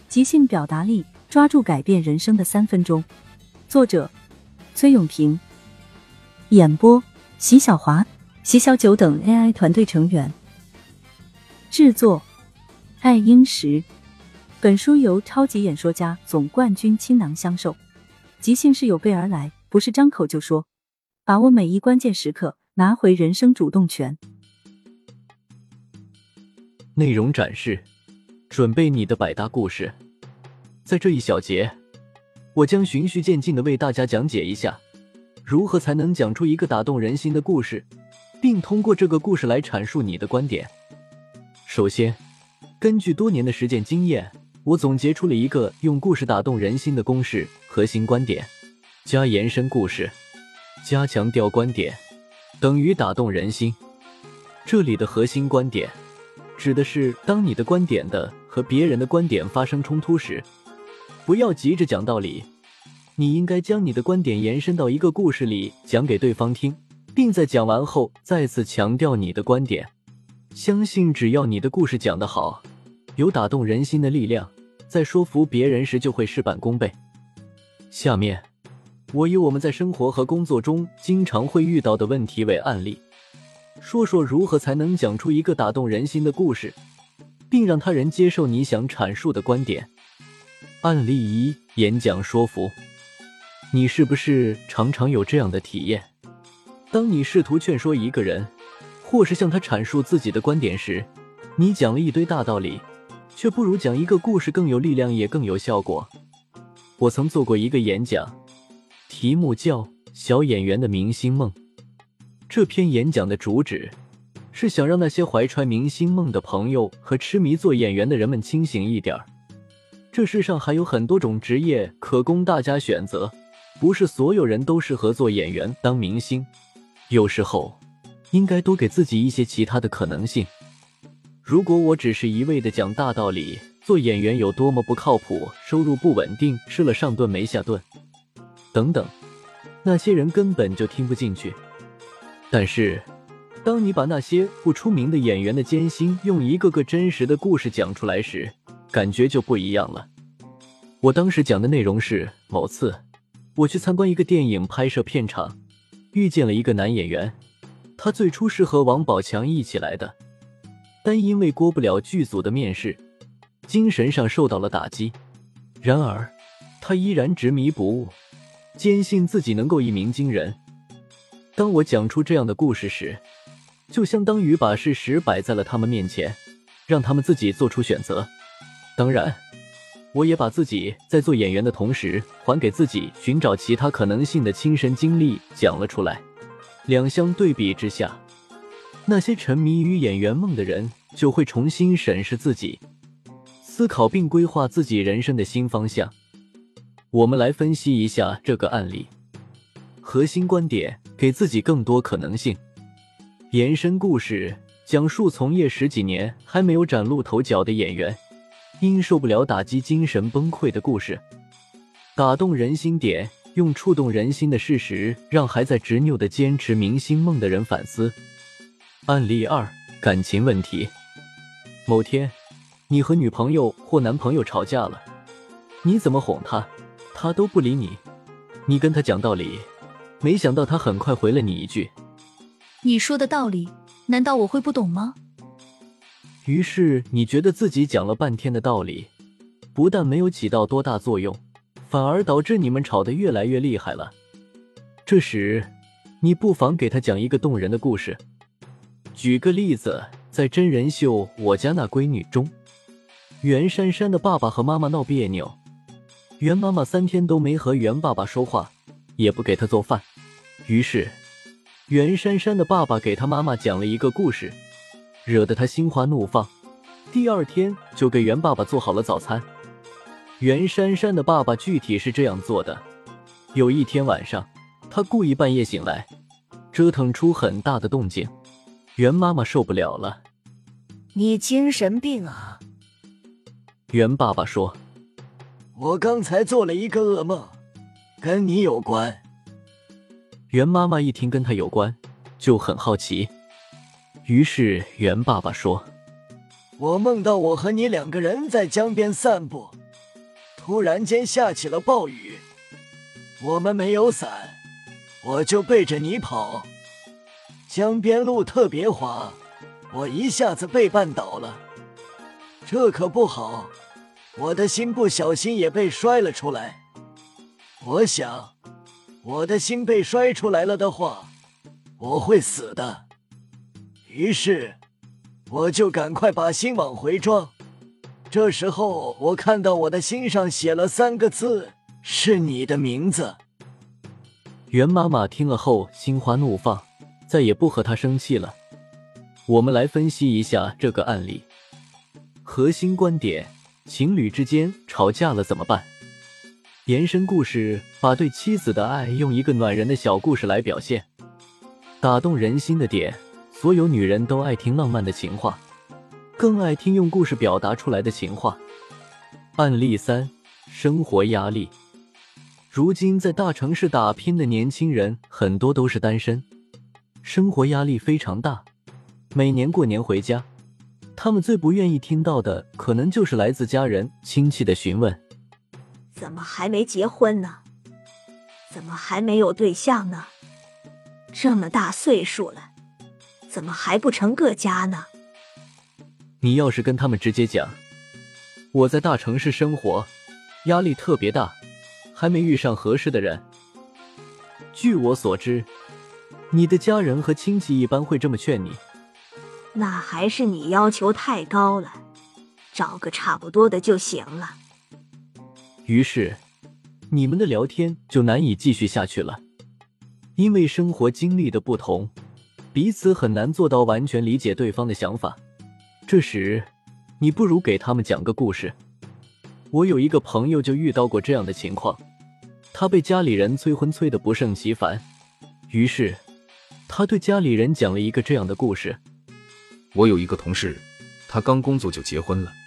即兴表达力，抓住改变人生的3分钟。作者：崔永平，演播：席小华、席小九等 AI 团队成员，制作：爱英石。本书由超级演说家总冠军倾囊相授。即兴是有备而来，不是张口就说，把握每一关键时刻，拿回人生主动权。 内容展示，准备你的百搭故事。在这一小节，我将循序渐进地为大家讲解一下，如何才能讲出一个打动人心的故事，并通过这个故事来阐述你的观点。首先，根据多年的实践经验，我总结出了一个用故事打动人心的公式：核心观点加延伸故事加强调观点等于打动人心。这里的核心观点指的是当你的观点的和别人的观点发生冲突时，不要急着讲道理，你应该将你的观点延伸到一个故事里讲给对方听，并在讲完后再次强调你的观点。相信只要你的故事讲得好，有打动人心的力量，在说服别人时就会事半功倍。下面我以我们在生活和工作中经常会遇到的问题为案例，说说如何才能讲出一个打动人心的故事，并让他人接受你想阐述的观点。案例1：演讲说服。你是不是常常有这样的体验？当你试图劝说一个人，或是向他阐述自己的观点时，你讲了一堆大道理，却不如讲一个故事更有力量也更有效果。我曾做过一个演讲，题目叫《小演员的明星梦》。这篇演讲的主旨是想让那些怀揣明星梦的朋友和痴迷做演员的人们清醒一点。这世上还有很多种职业可供大家选择，不是所有人都适合做演员当明星，有时候应该多给自己一些其他的可能性。如果我只是一味地讲大道理，做演员有多么不靠谱，收入不稳定，吃了上顿没下顿等等，那些人根本就听不进去。但是当你把那些不出名的演员的艰辛用一个个真实的故事讲出来时，感觉就不一样了。我当时讲的内容是，某次我去参观一个电影拍摄片场，遇见了一个男演员，他最初是和王宝强一起来的，但因为过不了剧组的面试，精神上受到了打击。然而他依然执迷不悟，坚信自己能够一鸣惊人。当我讲出这样的故事时，就相当于把事实摆在了他们面前，让他们自己做出选择。当然，我也把自己在做演员的同时还给自己寻找其他可能性的亲身经历讲了出来。两相对比之下，那些沉迷于演员梦的人就会重新审视自己，思考并规划自己人生的新方向。我们来分析一下这个案例。核心观点：给自己更多可能性。延伸故事：讲述从业10几年还没有崭露头角的演员因受不了打击精神崩溃的故事。打动人心点：用触动人心的事实让还在执拗地坚持明星梦的人反思。案例2：感情问题。某天，你和女朋友或男朋友吵架了，你怎么哄他，他都不理你。你跟他讲道理，没想到他很快回了你一句： 你说的道理，难道我会不懂吗？ 于是你觉得自己讲了半天的道理，不但没有起到多大作用，反而导致你们吵得越来越厉害了。这时，你不妨给他讲一个动人的故事。举个例子，在真人秀《我家那闺女》中，袁姗姗的爸爸和妈妈闹别扭，袁妈妈3天都没和袁爸爸说话，也不给他做饭。于是，袁姗姗的爸爸给他妈妈讲了一个故事，惹得他心花怒放，第2天就给袁爸爸做好了早餐。袁姗姗的爸爸具体是这样做的：有一天晚上，他故意半夜醒来，折腾出很大的动静，袁妈妈受不了了： 你精神病啊！ 袁爸爸说： 我刚才做了一个噩梦，跟你有关。 袁妈妈一听跟他有关，就很好奇。于是袁爸爸说： 我梦到我和你2个人在江边散步， 突然间下起了暴雨，我们没有伞，我就背着你跑。江边路特别滑，我一下子被绊倒了，这可不好，我的心不小心也被摔了出来。我想，我的心被摔出来了的话，我会死的。于是，我就赶快把心往回装。这时候，我看到我的心上写了3个字，是你的名字。 袁妈妈听了后心花怒放，再也不和他生气了。我们来分析一下这个案例。核心观点：情侣之间吵架了怎么办？延伸故事把对妻子的爱用一个暖人的小故事来表现，打动人心的点，所有女人都爱听浪漫的情话，更爱听用故事表达出来的情话。案例3：生活压力。如今在大城市打拼的年轻人很多都是单身，生活压力非常大。每年过年回家，他们最不愿意听到的可能就是来自家人亲戚的询问： 怎么还没结婚呢？怎么还没有对象呢？这么大岁数了，怎么还不成个家呢？ 你要是跟他们直接讲，我在大城市生活，压力特别大，还没遇上合适的人。据我所知，你的家人和亲戚一般会这么劝你。 那还是你要求太高了，找个差不多的就行了。 于是，你们的聊天就难以继续下去了，因为生活经历的不同，彼此很难做到完全理解对方的想法。这时，你不如给他们讲个故事。我有一个朋友就遇到过这样的情况，他被家里人催婚催得不胜其烦，于是他对家里人讲了一个这样的故事。 我有一个同事，他刚工作就结婚了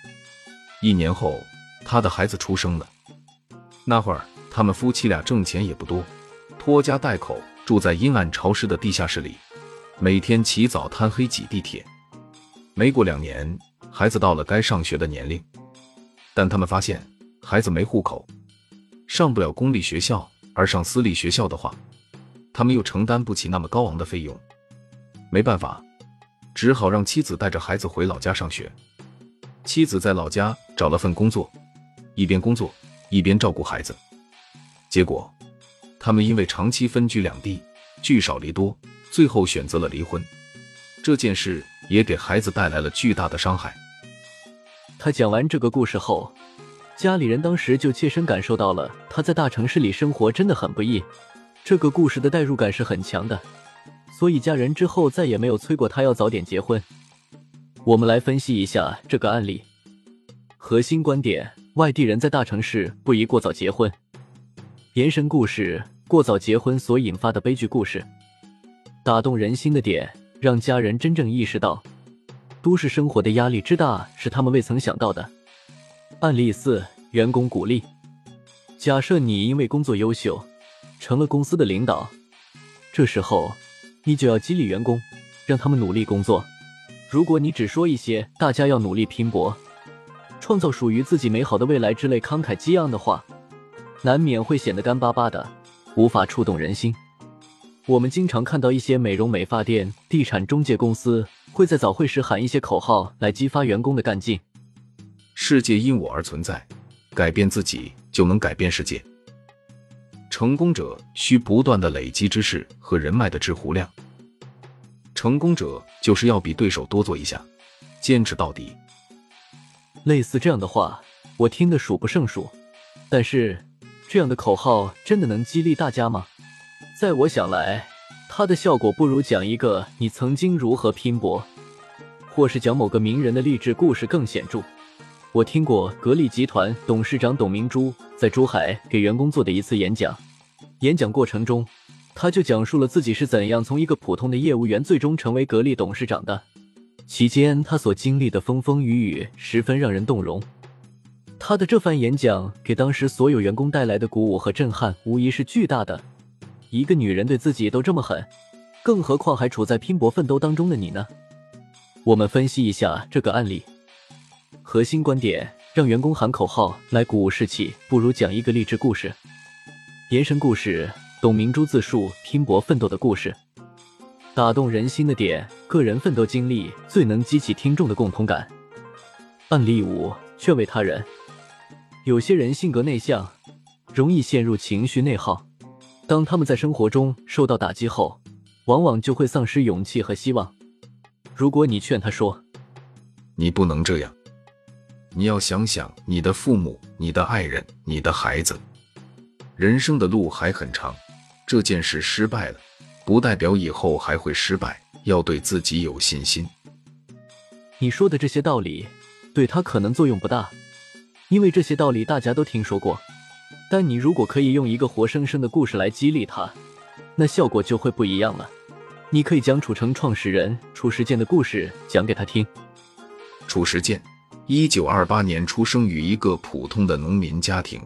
，1年后他的孩子出生了。那会儿他们夫妻俩挣钱也不多，拖家带口住在阴暗潮湿的地下室里，每天起早贪黑挤地铁。没过2年，孩子到了该上学的年龄，但他们发现孩子没户口，上不了公立学校，而上私立学校的话，他们又承担不起那么高昂的费用。没办法，只好让妻子带着孩子回老家上学。妻子在老家找了份工作，一边工作一边照顾孩子。结果他们因为长期分居两地，聚少离多，最后选择了离婚。这件事也给孩子带来了巨大的伤害。 他讲完这个故事后，家里人当时就切身感受到了他在大城市里生活真的很不易。这个故事的代入感是很强的，所以家人之后再也没有催过他要早点结婚。我们来分析一下这个案例。核心观点：外地人在大城市不宜过早结婚。延伸故事：过早结婚所引发的悲剧故事。打动人心的点，让家人真正意识到都市生活的压力之大是他们未曾想到的。案例4：员工鼓励。假设你因为工作优秀，成了公司的领导，这时候你就要激励员工，让他们努力工作。如果你只说一些大家要努力拼搏，创造属于自己美好的未来之类慷慨激昂的话，难免会显得干巴巴的，无法触动人心。我们经常看到一些美容美发店、地产中介公司会在早会时喊一些口号来激发员工的干劲。 世界因我而存在，改变自己就能改变世界。成功者需不断地累积知识和人脉的知乎量。成功者就是要比对手多做一下，坚持到底。 类似这样的话，我听得数不胜数。但是，这样的口号真的能激励大家吗？在我想来，它的效果不如讲一个你曾经如何拼搏，或是讲某个名人的励志故事更显著。我听过格力集团董事长董明珠在珠海给员工做的一次演讲。演讲过程中，他就讲述了自己是怎样从一个普通的业务员最终成为格力董事长的。期间他所经历的风风雨雨十分让人动容。他的这番演讲给当时所有员工带来的鼓舞和震撼无疑是巨大的。一个女人对自己都这么狠，更何况还处在拼搏奋斗当中的你呢？我们分析一下这个案例。核心观点： 让员工喊口号来鼓舞士气，不如讲一个励志故事。延伸故事，董明珠自述拼搏奋斗的故事，打动人心的点，个人奋斗经历最能激起听众的共同感。案例5：劝慰他人。有些人性格内向，容易陷入情绪内耗，当他们在生活中受到打击后，往往就会丧失勇气和希望。如果你劝他说， 你不能这样，你要想想你的父母、你的爱人、你的孩子，人生的路还很长，这件事失败了，不代表以后还会失败，要对自己有信心。 你说的这些道理对他可能作用不大，因为这些道理大家都听说过，但你如果可以用一个活生生的故事来激励他，那效果就会不一样了。你可以将楚城创始人褚时健的故事讲给他听。 褚时健1928年出生于一个普通的农民家庭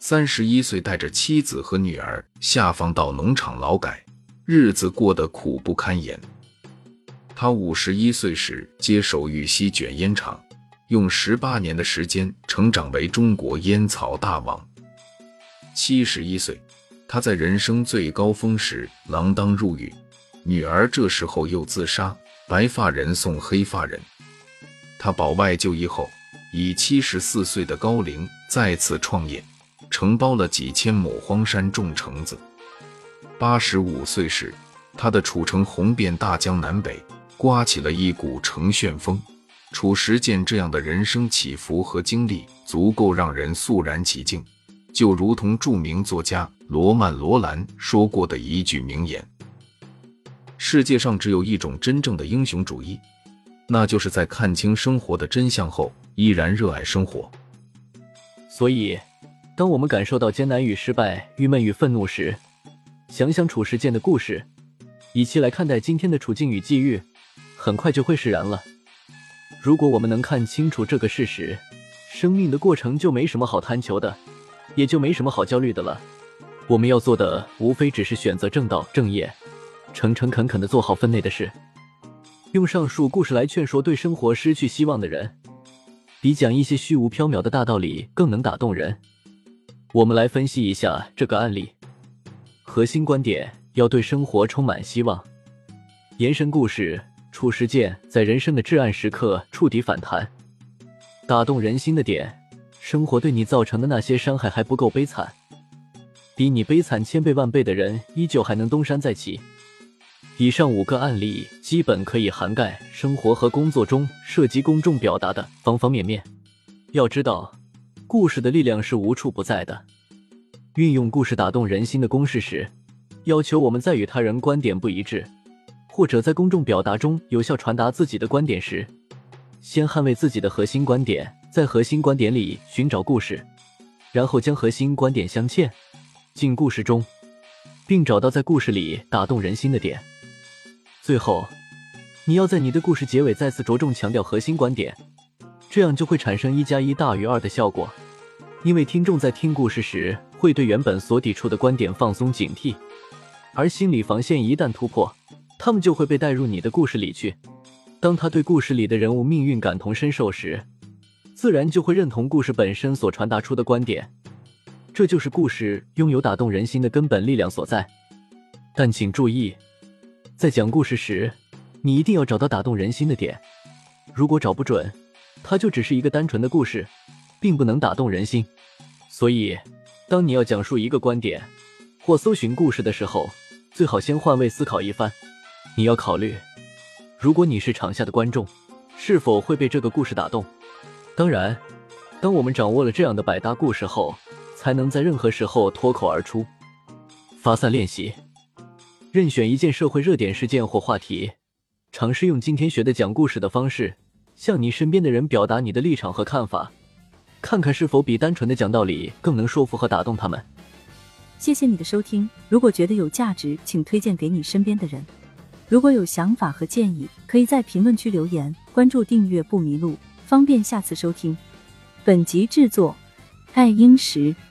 ，31岁带着妻子和女儿下放到农场劳改，日子过得苦不堪言。他51岁时接手玉溪卷烟厂，用18年的时间成长为中国烟草大王。71岁，他在人生最高峰时锒铛入狱，女儿这时候又自杀，白发人送黑发人。他保外就医后，以74岁的高龄再次创业，承包了几千亩荒山种橙子。85岁时，他的褚橙红遍大江南北，刮起了一股橙旋风。褚时健这样的人生起伏和经历，足够让人肃然起敬，就如同著名作家罗曼·罗兰说过的一句名言：世界上只有一种真正的英雄主义，那就是在看清生活的真相后，依然热爱生活。 所以，当我们感受到艰难与失败、郁闷与愤怒时，想想褚时健的故事，以其来看待今天的处境与际遇，很快就会释然了。如果我们能看清楚这个事实，生命的过程就没什么好贪求的，也就没什么好焦虑的了。我们要做的无非只是选择正道正业，诚诚恳恳地做好分内的事。用上述故事来劝说对生活失去希望的人，比讲一些虚无缥缈的大道理更能打动人。我们来分析一下这个案例。核心观点：要对生活充满希望。延伸故事：褚时健在人生的至暗时刻触底反弹。打动人心的点：生活对你造成的那些伤害还不够悲惨，比你悲惨千倍万倍的人依旧还能东山再起。以上5个案例基本可以涵盖生活和工作中涉及公众表达的方方面面。要知道，故事的力量是无处不在的。运用故事打动人心的公式时，要求我们在与他人观点不一致，或者在公众表达中有效传达自己的观点时，先捍卫自己的核心观点，在核心观点里寻找故事，然后将核心观点镶嵌进故事中，并找到在故事里打动人心的点。最后，你要在你的故事结尾再次着重强调核心观点，这样就会产生1+1大于2的效果。因为听众在听故事时会对原本所抵触的观点放松警惕，而心理防线一旦突破，他们就会被带入你的故事里去。当他对故事里的人物命运感同身受时，自然就会认同故事本身所传达出的观点。这就是故事拥有打动人心的根本力量所在。但请注意，在讲故事时，你一定要找到打动人心的点。如果找不准，它就只是一个单纯的故事，并不能打动人心。所以，当你要讲述一个观点或搜寻故事的时候，最好先换位思考一番。你要考虑，如果你是场下的观众，是否会被这个故事打动？当然，当我们掌握了这样的百搭故事后，才能在任何时候脱口而出。发散练习：任选一件社会热点事件或话题，尝试用今天学的讲故事的方式，向你身边的人表达你的立场和看法，看看是否比单纯的讲道理更能说服和打动他们。 谢谢你的收听，如果觉得有价值，请推荐给你身边的人。如果有想法和建议，可以在评论区留言，关注订阅不迷路，方便下次收听。本集制作：爱英石。